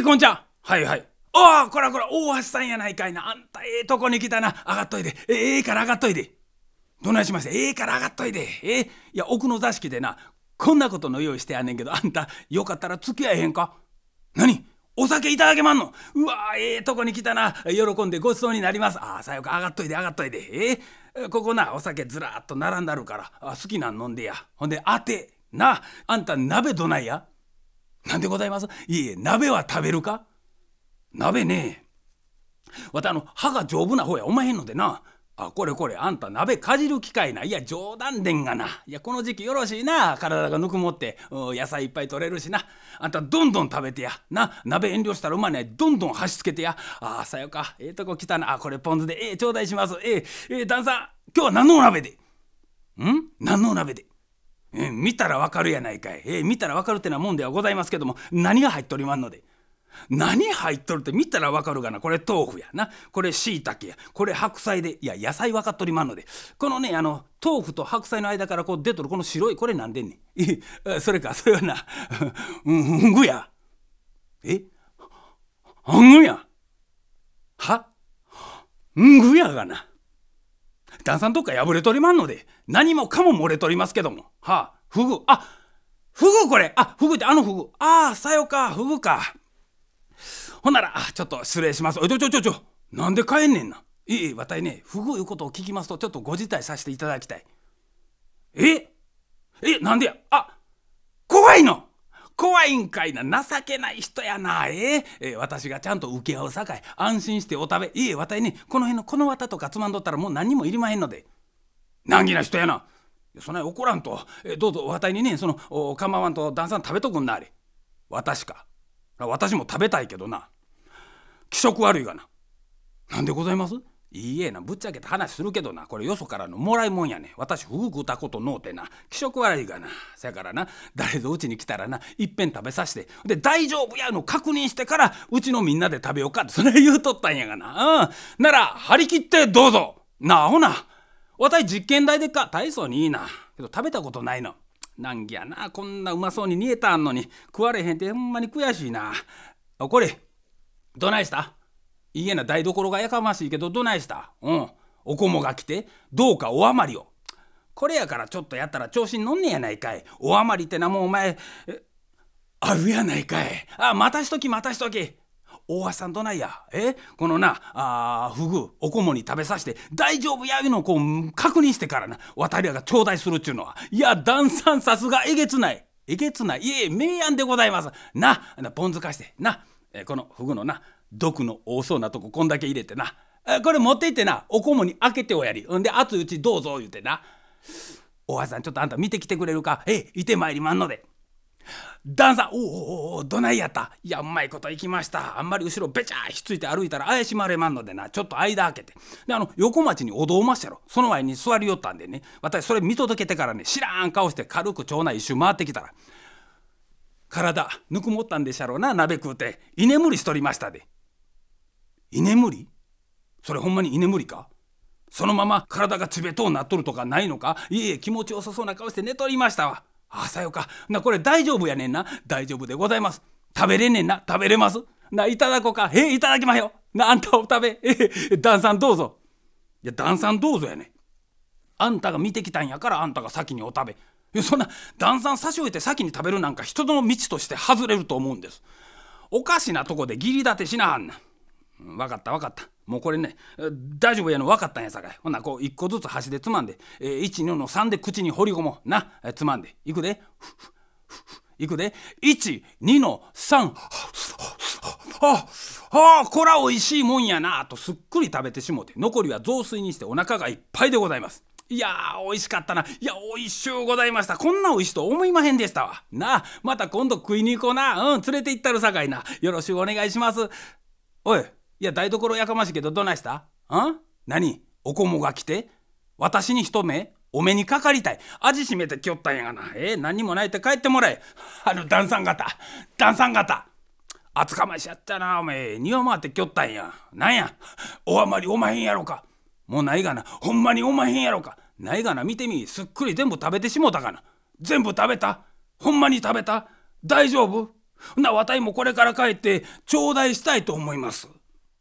こんちゃん。はいはい。ああ、こらこら、大橋さんやないかいな。あんたええとこに来たな。上がっといで。ええから上がっといで。どないしました。ええから上がっといで。いや、奥の座敷でな、こんなことの用意してやんねんけど、あんた、よかったら付き合えへんか。何、お酒いただけまんの。うわええとこに来たな。喜んでごちそうになります。ああ、さよか、上がっといで、上がっといで。ここな、お酒ずらっと並んだるから、好きなん飲んでや。ほんで、あて。なあんた鍋どないや。なんでございます。いえ、鍋は食べるか。鍋ねわた歯が丈夫な方やおまへんのでな。これこれ、あんた鍋かじる機会な。いや冗談でんがな。いやこの時期よろしいな。体がぬくもって野菜いっぱい取れるしな。あんたどんどん食べてやな。鍋遠慮したらうまね。どんどん箸つけてや。さよか、とこ来たな。これポン酢で頂戴します。旦さん、今日は何のお鍋で。何のお鍋で。見たらわかるやないかい。見たらわかるってなもんではございますけども、何が入っとりまんので。何入っとるって見たらわかるがな。これ豆腐やな。これ椎茸や。これ白菜で。いや野菜わかっとりまんので。このね豆腐と白菜の間からこう出とるこの白いこれなんでんねん。それか、それはなんぐや。あんぐや。んぐやがな。旦さんとか破れとりまんので。何もかも漏れとりますけども。フグ。フグこれ。フグってフグ。さよか、フグか。ほんならちょっと失礼します。なんで帰んねんな。わたいね、フグいうことを聞きますとちょっとご辞退させていただきたい。なんでや。怖いの。怖いんかいな。情けない人やな。私がちゃんと受け合うさかい安心してお食べ。わたいね、この辺のこの綿とかつまんどったらもう何にもいりまへんので。難儀な人やな。そない怒らんと。どうぞわたいにね、その構わんと旦さん食べとくんなあれ。私か。私も食べたいけどな。気色悪いがな。なんでございます。いいえな、ぶっちゃけた話するけどな、これよそからのもらいもんやね。私フグ食うたことのうてな、気色悪いがな。せやからな、誰ぞうちに来たらないっぺん食べさせて、で大丈夫やの確認してからうちのみんなで食べようかってそれ言うとったんやがな。なら張り切ってどうぞ。なあほな、わたい実験台でか大層にいいな。けど食べたことないの。難儀やな。こんなうまそうに煮えたんのに食われへんってほんまに悔しいな。これどないした。いいえな、台所がやかましいけどどないした。お供が来てどうかお余りを。これやからちょっとやったら調子に乗んねやないかい。お余りってなもうお前あるやないかい。待たしとき待たしとき。大橋さんどないや。このなフグお供に食べさせて大丈夫やいうのをこう確認してからな渡り屋が頂戴するっちゅうのは。いや旦さんさすがえげつない。えげつない。いえ名案でございます。ポン酢かしてな、このフグのな毒の多そうなとここんだけ入れてな、これ持っていってなお供に開けておやり。んで熱いうちどうぞ言うてな。大橋さんちょっとあんた見てきてくれるか。いてまいりまんので。旦さん、どないやった。いやうまいこといきました。あんまり後ろべちゃひっついて歩いたら怪しまれまんのでな、ちょっと間開けてで横町にお堂まっしゃろ。その前に座りよったんでね、私それ見届けてからね、知らん顔して軽く町内一周回ってきたら、体ぬくもったんでしゃろうな。鍋食うて居眠りしとりましたで。居眠り。それほんまに居眠りか。そのまま体がつべとうなっとるとかないのか。いえ気持ちよさそうな顔して寝とりましたわ。さよか。これ大丈夫やねんな。大丈夫でございます。食べれんねんな。食べれます。いただこうか。いただきまよ。あんたお食べ。旦さんどうぞ。いや旦さんどうぞやね。あんたが見てきたんやからあんたが先にお食べ。そんな旦さん差し置いて先に食べるなんか人の道として外れると思うんです。おかしなとこで義理立てしなはんな。分かった分かった。もうこれね大丈夫やの分かったんやさかい。ほんなこう一個ずつ箸でつまんで、1、2の3で口に放り込もうな。つまんでいくで。いくで。1、2の3。こらおいしいもんやなとすっくり食べてしもて、残りは雑炊にしてお腹がいっぱいでございます。いやおいしかったな。いやおいしゅうございました。こんなおいしいと思いまへんでしたわ。また今度食いに行こうな。連れて行ったるさかいな。よろしくお願いします。おい、いや台所やかましいけどどないした。何お供が来て私に一目お目にかかりたい。味しめてきよったんやがな。何にもないって帰ってもらえ。旦さん方厚かましやったな。おめえ庭回ってきよったんや。なんやお余りおまへんやろか。もうないがな。ほんまにおまへんやろか。ないがな。見てみ、すっくり全部食べてしもたかな。全部食べた。ほんまに食べた。大丈夫。 なわたいもこれから帰って頂戴したいと思います。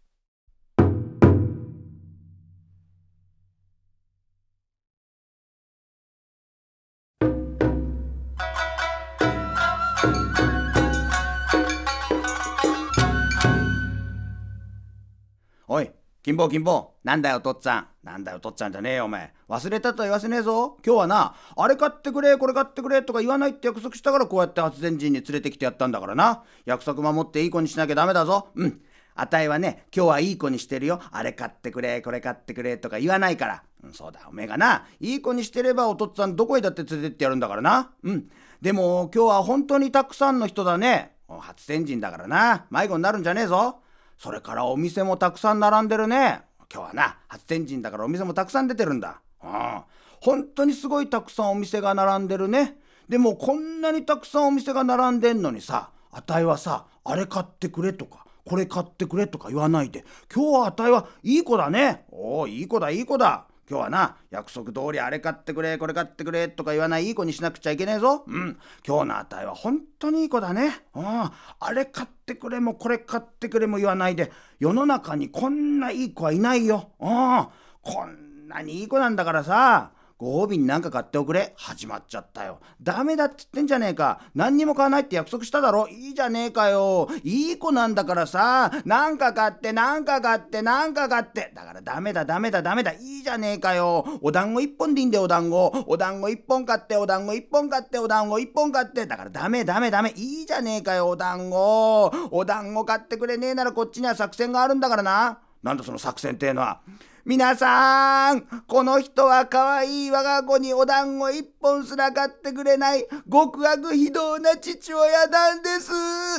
おい、金坊金坊、なんだよお父っつぁん。なんだよお父っつぁんじゃねえよお前。忘れたとは言わせねえぞ。今日はな、あれ買ってくれこれ買ってくれとか言わないって約束したからこうやって発電人に連れてきてやったんだからな。約束守っていい子にしなきゃダメだぞ。あたいはね、今日はいい子にしてるよ。あれ買ってくれこれ買ってくれとか言わないから。そうだおめえがないい子にしてればお父っつぁんどこへだって連れてってやるんだからな。でも今日は本当にたくさんの人だね。発電人だからな、迷子になるんじゃねえぞ。それからお店もたくさん並んでるね。今日はな、発電人だからお店もたくさん出てるんだ。本当にすごいたくさんお店が並んでるね。でもこんなにたくさんお店が並んでんのにさ、あたいはさ、あれ買ってくれとかこれ買ってくれとか言わないで、今日はあたいはいい子だね。おお、いい子だいい子だ。今日はな、約束通りあれ買ってくれこれ買ってくれとか言わないいい子にしなくちゃいけねえぞ。今日のあたいは本当にいい子だね。あれ買ってくれもこれ買ってくれも言わないで、世の中にこんないい子はいないよ。こんなにいい子なんだからさ、ご褒美に何か買っておくれ。始まっちゃったよ。ダメだって言ってんじゃねえか。何にも買わないって約束しただろ。いいじゃねえかよ。いい子なんだからさ、何か買って何か買って何か買って。だからダメだダメだダメだ。いいじゃねえかよ。お団子一本でいいんだよお団子。お団子一本買ってお団子一本買ってお団子一本買って。だからダメダメダメ。いいじゃねえかよお団子。お団子買ってくれねえならこっちには作戦があるんだからな。なんだその作戦っていうのは。皆さん、この人はかわいい我が子にお団子一本すら買ってくれない極悪非道な父親なんです。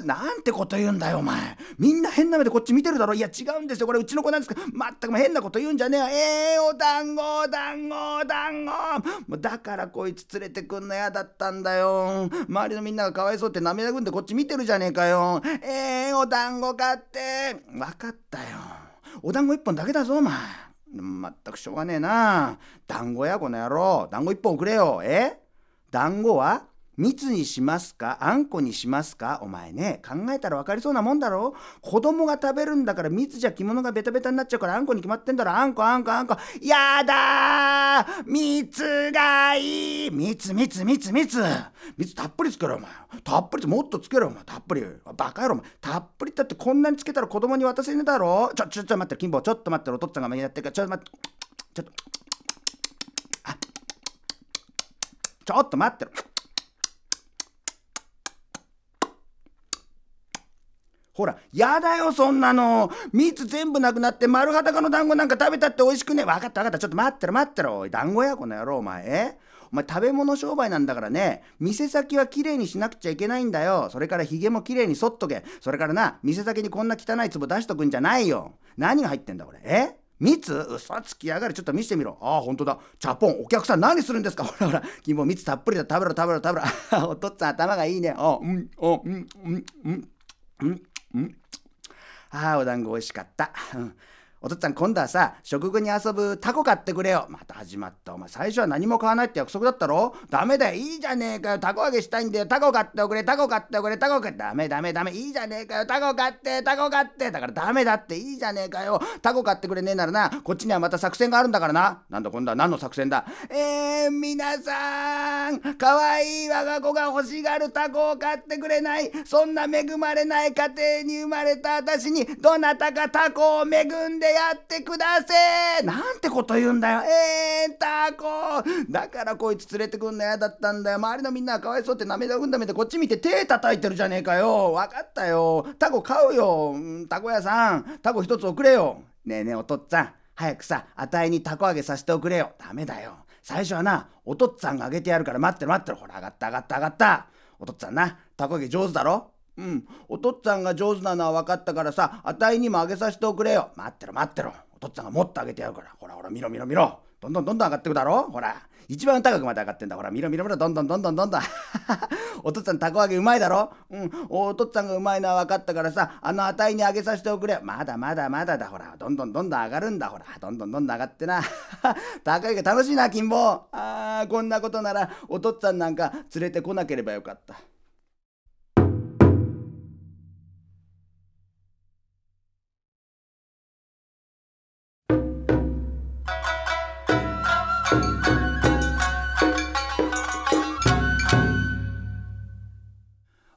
なんてこと言うんだよお前。みんな変な目でこっち見てるだろ。いや違うんですよ、これうちの子なんですけど。まったく変なこと言うんじゃねえよ。お団子お団子お団子。もうだからこいつ連れてくんの嫌だったんだよ。周りのみんながかわいそうって涙ぐんでこっち見てるじゃねえかよ。お団子買って。分かったよ、お団子一本だけだぞお前。まったくしょうがねえな。団子やこの野郎、団子一本くれよ。団子は蜜にしますかあんこにしますか。お前ね、考えたら分かりそうなもんだろ。子供が食べるんだから蜜じゃ着物がベタベタになっちゃうからあんこに決まってんだろ。あんこあんこあんこ。やだー、蜜がいい。蜜たっぷりつけろお前。たっぷりもっとつけろお前。たっぷり。バカ野郎お前。たっぷりだってこんなにつけたら子供に渡せねえだろ。ちょっと待って金坊、ちょっと待って、お父っつぁんがやってるからちょっと待って、ちょっと待ってろ。ほら、やだよそんなの。蜜全部なくなって丸裸の団子なんか食べたって美味しくねえ。分かった分かった、ちょっと待ってろ。おい団子やこの野郎お前。お前食べ物商売なんだからね、店先はきれいにしなくちゃいけないんだよ。それからひげもきれいに剃っとけ。それからな、店先にこんな汚い壺出しとくんじゃないよ。何が入ってんだこれ。蜜？嘘つきやがる。ちょっと見せてみろ。ほんとだ。チャポン、お客さん何するんですか。ほら金坊、蜜たっぷりだ。食べろ。お父っつぁん頭がいいね。お団子おいしかった。お父っつぁん今度はさ、食後に遊ぶタコ買ってくれよ。また始まった。お前最初は何も買わないって約束だったろ。ダメだよ。いいじゃねえかよ。タコ揚げしたいんだよ。タコ買っておくれ。タコ買って。ダメ。いいじゃねえかよ。タコ買って。だからダメだって。いいじゃねえかよ。タコ買ってくれねえならな、こっちにはまた作戦があるんだからな。なんだ今度は何の作戦だ。皆さん、かわいい我が子が欲しがるタコを買ってくれない、そんな恵まれない家庭に生まれた私にどなたかタコを恵んでやってくだせ。なんてこと言うんだよ。タコだからこいつ連れてくんの嫌だったんだよ。周りのみんながかわいそうって涙ぐんだ目でこっち見て手叩いてるじゃねえかよ。分かったよ、タコ買うよ。タコ屋さん、タコ一つおくれよ。ねえお父っつぁん、早くさ、あたいにタコ揚げさせておくれよ。ダメだよ、最初はな、お父っつぁんが揚げてやるから待ってる。ほら上がった。お父っつぁんな、タコ揚げ上手だろ。お父っつぁんが上手なのは分かったからさ、あたいにも揚げさせておくれよ。待ってろ。お父っつぁんがもっと揚げてやるから。ほら見ろ。どんどん上がってくだろ。ほら一番高くまで上がってんだ。ほら見ろ。どんどんお父っつぁんタコ揚げうまいだろ。お父っつぁんがうまいのは分かったからさ、あたいに揚げさせておくれよ。まだだ。ほらどんどん上がるんだ。ほらどんどん上がってな。タコ揚げ楽しいな金坊。こんなことならお父っつぁんなんか連れてこなければよかった。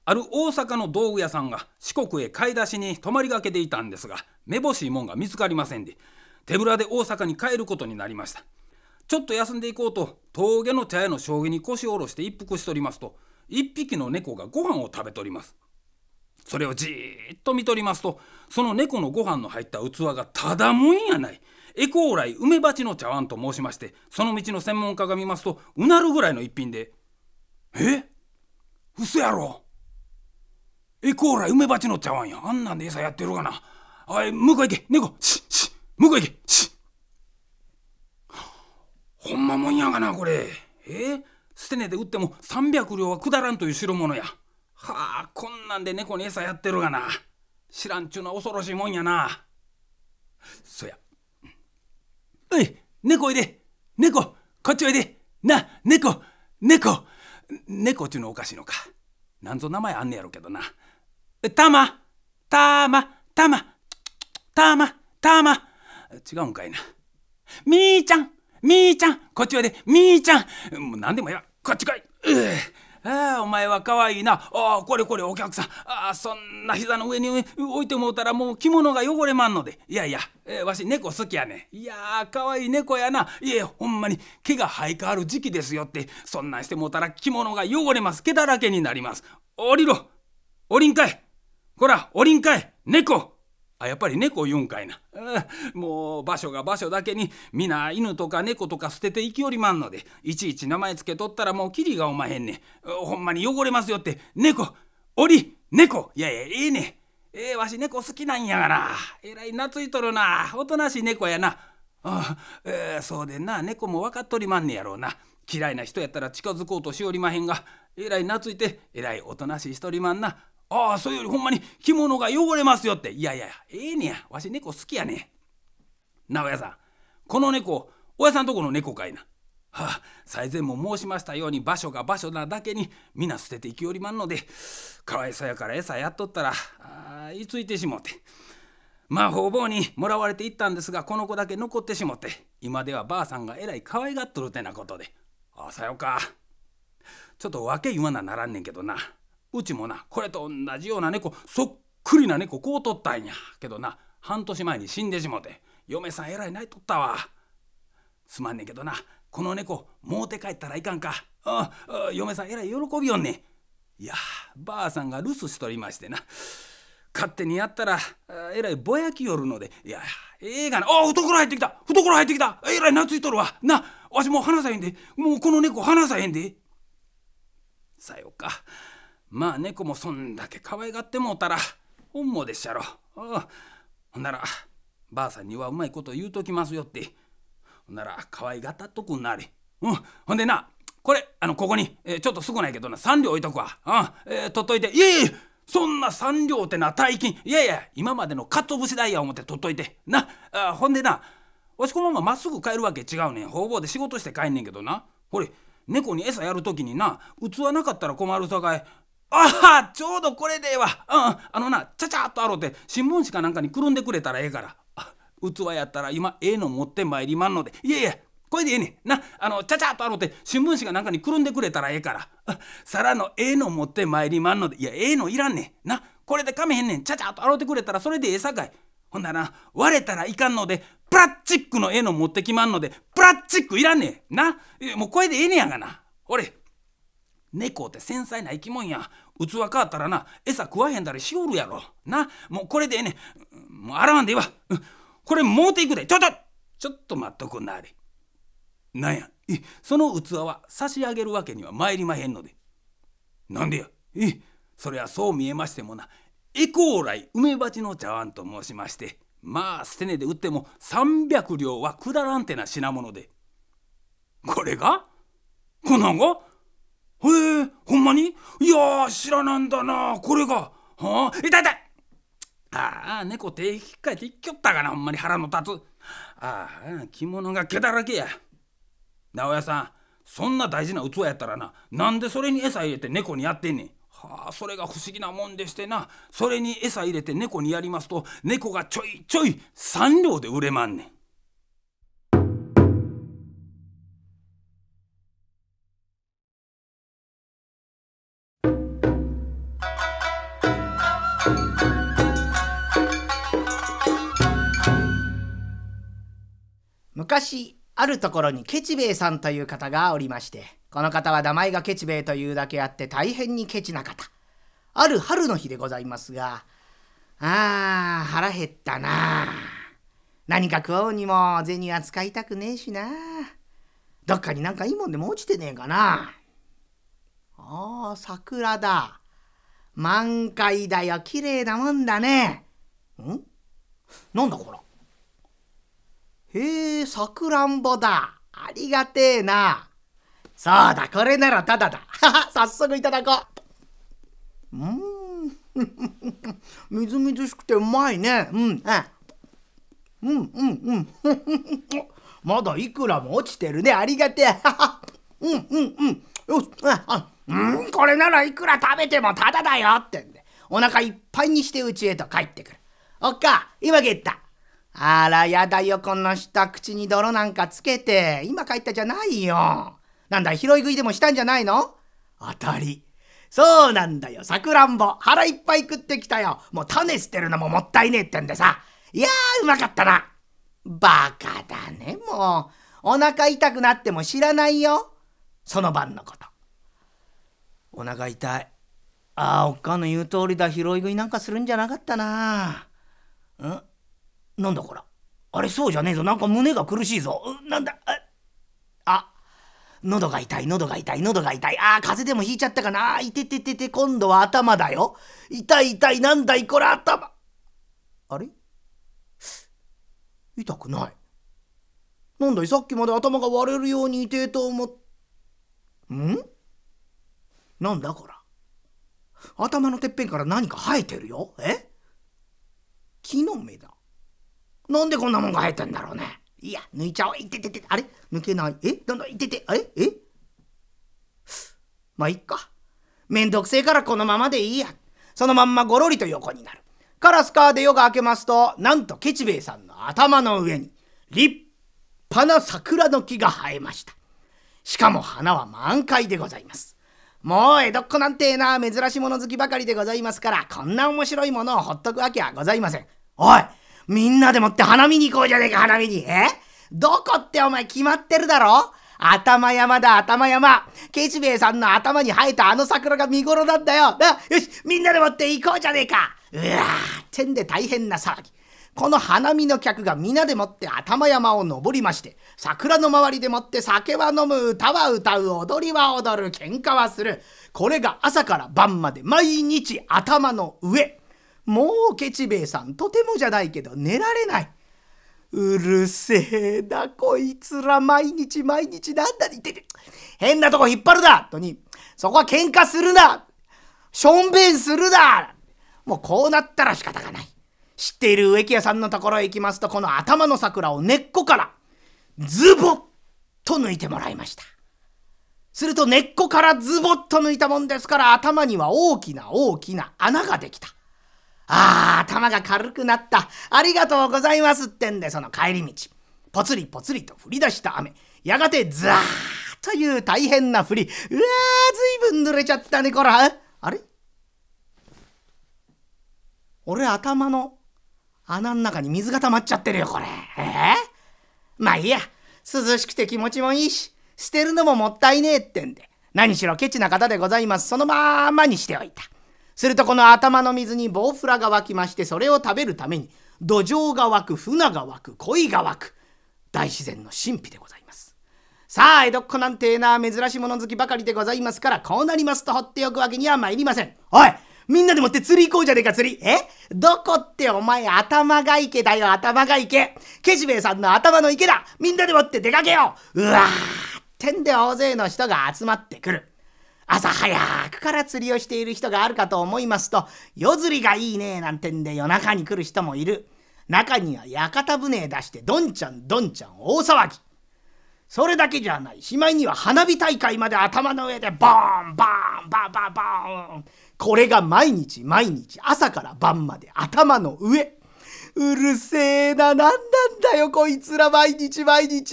ある大阪の道具屋さんが四国へ買い出しに泊まりがけでいたんですが、めぼしいもんが見つかりませんで、手ぶらで大阪に帰ることになりました。ちょっと休んでいこうと峠の茶屋の将棋に腰を下ろして一服しておりますと、一匹の猫がご飯を食べております。それをじーっと見とりますと、その猫のご飯の入った器がただもんやない、エコーライ梅鉢の茶碗と申しまして、その道の専門家が見ますとうなるぐらいの一品で、嘘やろ、エコーライ梅鉢の茶碗や、あんなんで餌やってるがな。おい、向こう行け猫、向こう行け。ほんまもんやがなこれ。捨て値で売っても300両はくだらんという代物や。はあ、こんなんで猫に餌やってるがな。知らんちゅうのは恐ろしいもんやな。そや、おい猫おいで、猫こっちおいでな、猫ちゅうのおかしいのか。なんぞ名前あんねやろけどな。たま違うんかいな。みーちゃんこっちおいで、みーちゃん、もう何でもや、こっち来い。お前はかわいいな。これお客さん。そんな膝の上に置いてもうたらもう着物が汚れまんので。いや、わし猫好きやねん。いやー、かわいい猫やな。いやほんまに毛が生え変わる時期ですよって。そんなんしてもうたら着物が汚れます。毛だらけになります。降りろ、降りんかい、こら降りんかい猫。やっぱり猫言うんかいな。もう場所が場所だけに皆犬とか猫とか捨てていきよりまんので、いちいち名前つけとったらもうキリがおまへんねん。ほんまに汚れますよって。猫おり、猫。いやええねん。わし猫好きなんやがな。えらい懐いとるな。おとなしい猫やな。そうでんな、猫も分かっとりまんねやろうな。嫌いな人やったら近づこうとしおりまへんが、えらい懐いてえらいおとなしいしとりまんな。それよりほんまに着物が汚れますよって。いやええねや、わし猫好きやねん。なおやさん、この猫おやさんとこの猫かいな。最前も申しましたように場所が場所なだけに皆捨てていきおりまんので、かわいそうやから餌やっとったらいついてしもて、方々にもらわれていったんですが、この子だけ残ってしもて、今ではばあさんがえらい可愛がっとるてなことで。さよか。ちょっと訳言わなならんねんけどな、うちもなこれと同じような猫、そっくりな猫こうとったんやけどな、半年前に死んでしもて、嫁さんえらい泣いとったわ。すまんねんけどな、この猫もうて帰ったらいかんか。嫁さんえらい喜びよんねん。いやばあさんが留守しとりましてな、勝手にやったらえらいぼやきよるので。いやええがな。懐入ってきた、えらい懐いとるわな。わしもう離さへんで、もうこの猫離さへんで。さよか。猫もそんだけ可愛がってもうたら本望でっしゃろ。ほんならばあさんにはうまいこと言うときますよって。ほんなら可愛がったっとくんなあれ。ほんでな、これここに、ちょっと少ないけどな3両置いとくわ。取っといて。いやそんな3両ってな大金。いや今までのかつお節代や思って取っといてな。ほんでな、わしこのまままっすぐ帰るわけ違うねん。方々で仕事して帰んねんけどな、ほれ猫に餌やるときにな、器なかったら困るさかい。ちょうどこれでええわ。ちゃちゃっと洗うて新聞紙かなんかにくるんでくれたらええから。器やったら今の持ってまいりまんので。いやこれでええねんな。ちゃちゃっと洗うて新聞紙かなんかにくるんでくれたらええから。皿のの持ってまいりまんので。いやのいらんねんな。これでかめへんねん。ちゃちゃっと洗うてくれたらそれでええさかい。ほんなら割れたらいかんのでプラスチックのの持ってきまんので、プラスチックいらんねんな。もうこれでええねやがな。ほれ猫って繊細な生き物や。器変わったらな餌食わへんだりしおるやろな。もうこれでええねん。もう洗わんでいいわ。これもうていくで。ちょっと待っとくんなあれ。なんや、その器は差し上げるわけには参りまへんので。なんでや。それはそう見えましてもな、エコーライ梅鉢の茶碗と申しまして、捨て値で売っても300両はくだらんてな品物で。これがこんなんがほんまに。いや知らなんだなこれが。痛い。猫手引っかえていっきょったがな。ほんまに腹の立つ。着物が毛だらけや。直屋さん、そんな大事な器やったらな、なんでそれに餌入れて猫にやってんねん。それが不思議なもんでしてな、それに餌入れて猫にやりますと、猫がちょいちょい3両で売れまんねん。 昔あるところにケチ兵衛さんという方がおりまして、この方は名前がケチ兵衛というだけあって大変にケチな方。ある春の日でございますが、腹減ったな。何か食おうにも銭は使いたくねえしな。どっかになんかいいもんでも落ちてねえかな。桜だ。満開だよ。綺麗なもんだね。なんだこら。へえ、さくらんぼだ。ありがてえな。そうだ、これならただだ。早速いただこう。みずみずしくてうまいね。まだいくらも落ちてるね。ありがてえ。よし。これならいくら食べてもただだよってんで、お腹いっぱいにして家へと帰ってくる。おっか、今帰った。あらやだよ、この下口に泥なんかつけて。今帰ったじゃないよ。なんだ、拾い食いでもしたんじゃないの？当たり。そうなんだよ、さくらんぼ。腹いっぱい食ってきたよ。もう種捨てるのももったいねえってんでさ。いやー、うまかったな。バカだね、もう。お腹痛くなっても知らないよ。その晩のこと。お腹痛い。おっかの言う通りだ。拾い食いなんかするんじゃなかったな。なんだこら。あれ、そうじゃねえぞ。なんか胸が苦しいぞ。なんだ。喉が痛い。風邪でもひいちゃったかな。いてててて、今度は頭だよ。痛い。なんだいこれ、頭。あれ、痛くない。なんだい、さっきまで頭が割れるように痛えと思っ。なんだこら。頭のてっぺんから何か生えてるよ。木の芽だ。なんでこんなもんが生えてんだろうね。いや、抜いちゃおう。いててて、あれ、抜けない。なんだ、いてて、あれ、まあいっか。めんどくせえからこのままでいいや。そのまんまごろりと横になる。カラスカーで夜が明けますと、なんとケチ兵衛さんの頭の上に立派な桜の木が生えました。しかも花は満開でございます。もう江戸っ子なんてな珍しいもの好きばかりでございますから、こんな面白いものをほっとくわけはございません。おい、みんなでもって花見に行こうじゃねえか。花見に。どこってお前決まってるだろ。頭山だ、頭山。ケチ兵衛さんの頭に生えたあの桜が見頃なんだよ。よし、みんなでもって行こうじゃねえか。てんで大変な騒ぎ。この花見の客が皆でもって頭山を登りまして、桜の周りでもって酒は飲む、歌は歌う、踊りは踊る、喧嘩はする。これが朝から晩まで毎日頭の上。もうケチ兵衛さんとてもじゃないけど寝られない。うるせえなこいつら。毎日なんだにてて、変なとこ引っ張るなとに、そこは喧嘩するな、しょんべんするな。もうこうなったら仕方がない。知っている植木屋さんのところへ行きますと、この頭の桜を根っこからズボッと抜いてもらいました。すると根っこからズボッと抜いたもんですから、頭には大きな穴ができた。頭が軽くなった。ありがとうございますってんで、その帰り道ぽつりぽつりと降り出した雨、やがてザーという大変な降り。ずいぶん濡れちゃったねこら。あれ、俺頭の穴の中に水が溜まっちゃってるよこれ。まあいいや、涼しくて気持ちもいいし、捨てるのももったいねえってんで、何しろケチな方でございます。そのままにしておいた。するとこの頭の水にボウフラが湧きまして、それを食べるために土壌が湧く、船が湧く、鯉が湧く、大自然の神秘でございます。さあ江戸っ子なんてな珍しいもの好きばかりでございますから、こうなりますと放っておくわけには参りません。おい、みんなでもって釣り行こうじゃねえか。釣り。どこってお前、頭が池だよ、頭が池。ケチ兵衛さんの頭の池だ。みんなでもって出かけよう。ってんで大勢の人が集まってくる。朝早くから釣りをしている人があるかと思いますと、夜釣りがいいねなんてんで夜中に来る人もいる。中には屋形船へ出してどんちゃん大騒ぎ。それだけじゃない、しまいには花火大会まで頭の上でボーンバーンバーンバーンバーン。これが毎日朝から晩まで頭の上。うるせえな、なんなんだよこいつら。毎日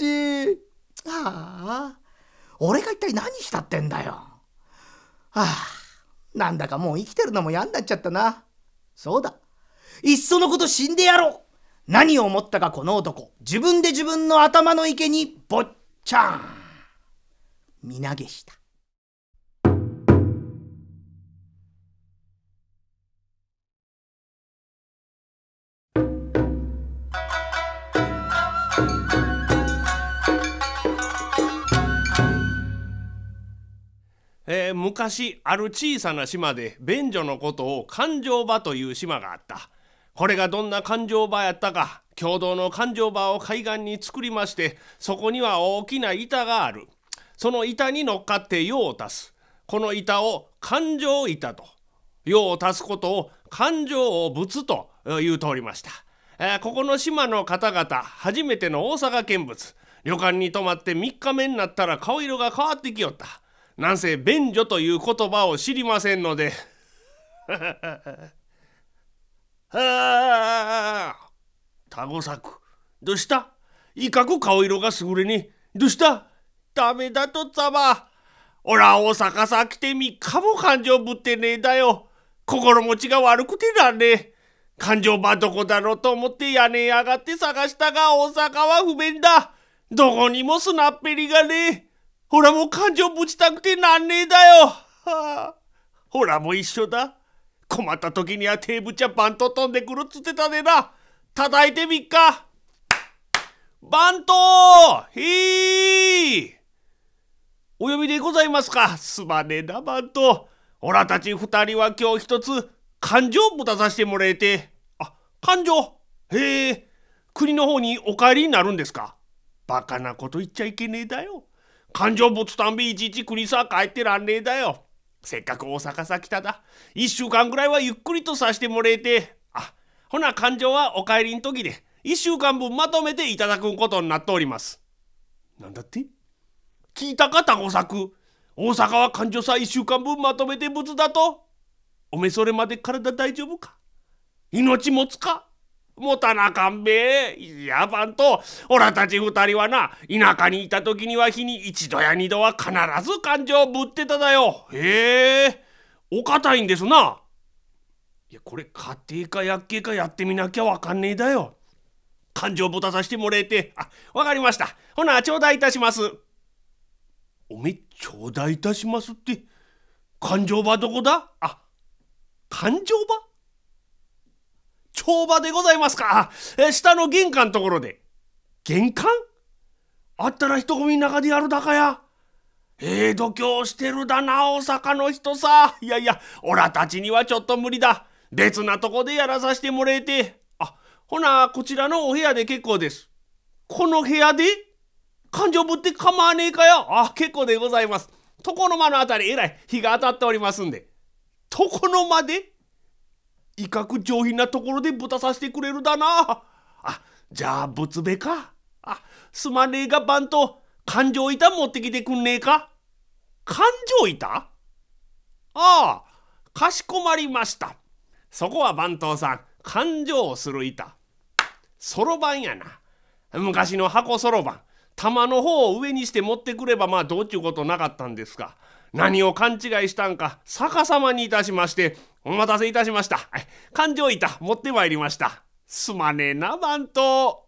俺が一体何したってんだよ。なんだかもう生きてるのも嫌になっちゃったな。そうだ、いっそのこと死んでやろう。 何を思ったかこの男、自分で自分の頭の池にぼっちゃん身投げした。 昔ある小さな島で便所のことを勘定場という島があった。これがどんな勘定場やったか、共同の勘定場を海岸に作りまして、そこには大きな板がある。その板に乗っかって用を足す。この板を勘定板と、用を足すことを勘定物と言うとおりました。ここの島の方々、初めての大阪見物、旅館に泊まって3日目になったら顔色が変わってきよった。なんせ便所という言葉を知りませんのでタゴサク、どうした？いかく顔色が優れに。どうした？ダメだとっつぁま。おら大阪さ来て3日も勘定ぶってねえだよ。心持ちが悪くてなんねえ。勘定場どこだろうと思って屋根上がって探したが大阪は不便だ。どこにも砂っぺりがねえ。ほらもう勘定ぶちたくてなんねえだよ。ほらもう一緒だ。困った時には手ぶちゃバント飛んでくるっつってたでな。叩いてみっか。バントお呼びでございますか。すまねえなバント。おらたち2人は今日一つ勘定ぶたさせてもらえて。勘定。国の方にお帰りになるんですか。バカなこと言っちゃいけねえだよ。勘定ぶつたんびいちいち国さ帰ってらんねえだよ。せっかく大阪さ来ただ。1週間ぐらいはゆっくりとさせてもらえて。ほな勘定はお帰りん時で1週間分まとめていただくことになっております。なんだって？聞いたかタゴサク。大阪は勘定さ1週間分まとめてぶつだと。おめそれまで体大丈夫か？命持つか？持たなかんべえ。いやバント、おらたち2人はな、田舎にいた時には日に1度や2度は必ず勘定ぶってただよ。お堅いんですな。いやこれ家庭か薬系かやってみなきゃわかんねえだよ。勘定ぶたさせてもらえて。わかりました。ほな頂戴いたします。おめ頂戴いたしますって、勘定場どこだ？勘定場？帳場でございますか。下の玄関のところで。玄関？あったら人混みの中でやるだかや。度胸してるだな大阪の人さ。いやいやおらたちにはちょっと無理だ。別なとこでやらさせてもらえて。ほなこちらのお部屋で結構です。この部屋で勘定ぶって構わねえかよ。結構でございます。床の間のあたりえらい日が当たっておりますんで。床の間でいかく上品なところでぶたさせてくれるだな。じゃあ仏部か。すまねえがバント、勘定板持ってきてくんねえか。勘定板？かしこまりました。そこは番頭さん、勘定をする板。そろばんやな。昔の箱そろばん。玉の方を上にして持ってくればどうちゅうことなかったんですが、何を勘違いしたんか逆さまにいたしまして、お待たせいたしました。勘定板持ってまいりました。すまねえな番頭。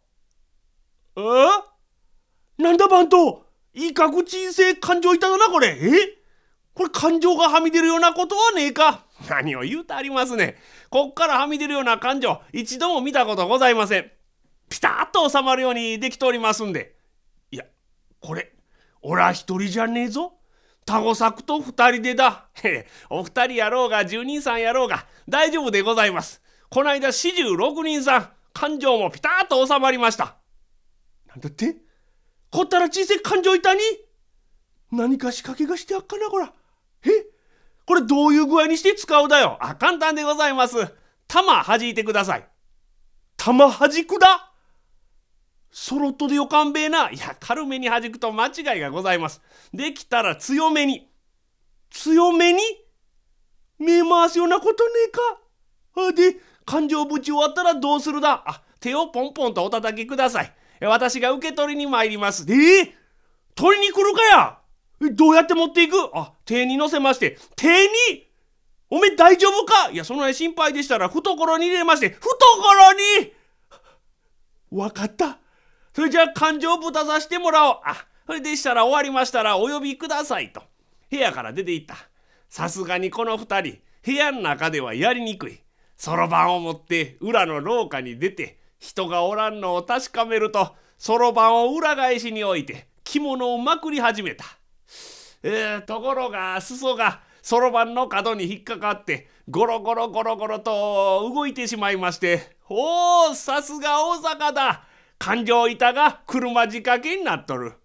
なんだ番頭、いいかく小せえ勘定板だなこれ。これ勘定がはみ出るようなことはねえか。何を言うてありますね。こっからはみ出るような勘定一度も見たことございません。ピタッと収まるようにできておりますんで。いやこれおら一人じゃねえぞ。タゴサクと二人でだ。お二人やろうが10人さんやろうが大丈夫でございます。こないだ46人さん勘定もピタッと収まりました。なんだって？こったら小さい勘定板に何か仕掛けがしてあっかなこら。これどういう具合にして使うだよ。簡単でございます。玉弾いてください。玉弾くだ。そろっとでよかんべえな。いや軽めに弾くと間違いがございます。できたら強めに。強めに目回すようなことねえか。で勘定ぶち終わったらどうするだ。手をポンポンとお叩きください。私が受け取りに参ります。取りに来るかや。どうやって持っていく？手に乗せまして。手に？おめえ大丈夫か？いやその辺心配でしたら懐に入れまして。懐にわかった。それじゃあ勘定ぶたさせてもらおう。それでしたら終わりましたらお呼びくださいと部屋から出て行った。さすがにこの二人部屋の中ではやりにくい。そろばんを持って裏の廊下に出て人がおらんのを確かめると、そろばんを裏返しに置いて着物をまくり始めた。ところが裾がそろばんの角に引っかかってゴロゴロゴロゴロと動いてしまいまして、さすが大阪だ。勘定板が車仕掛けになっとる。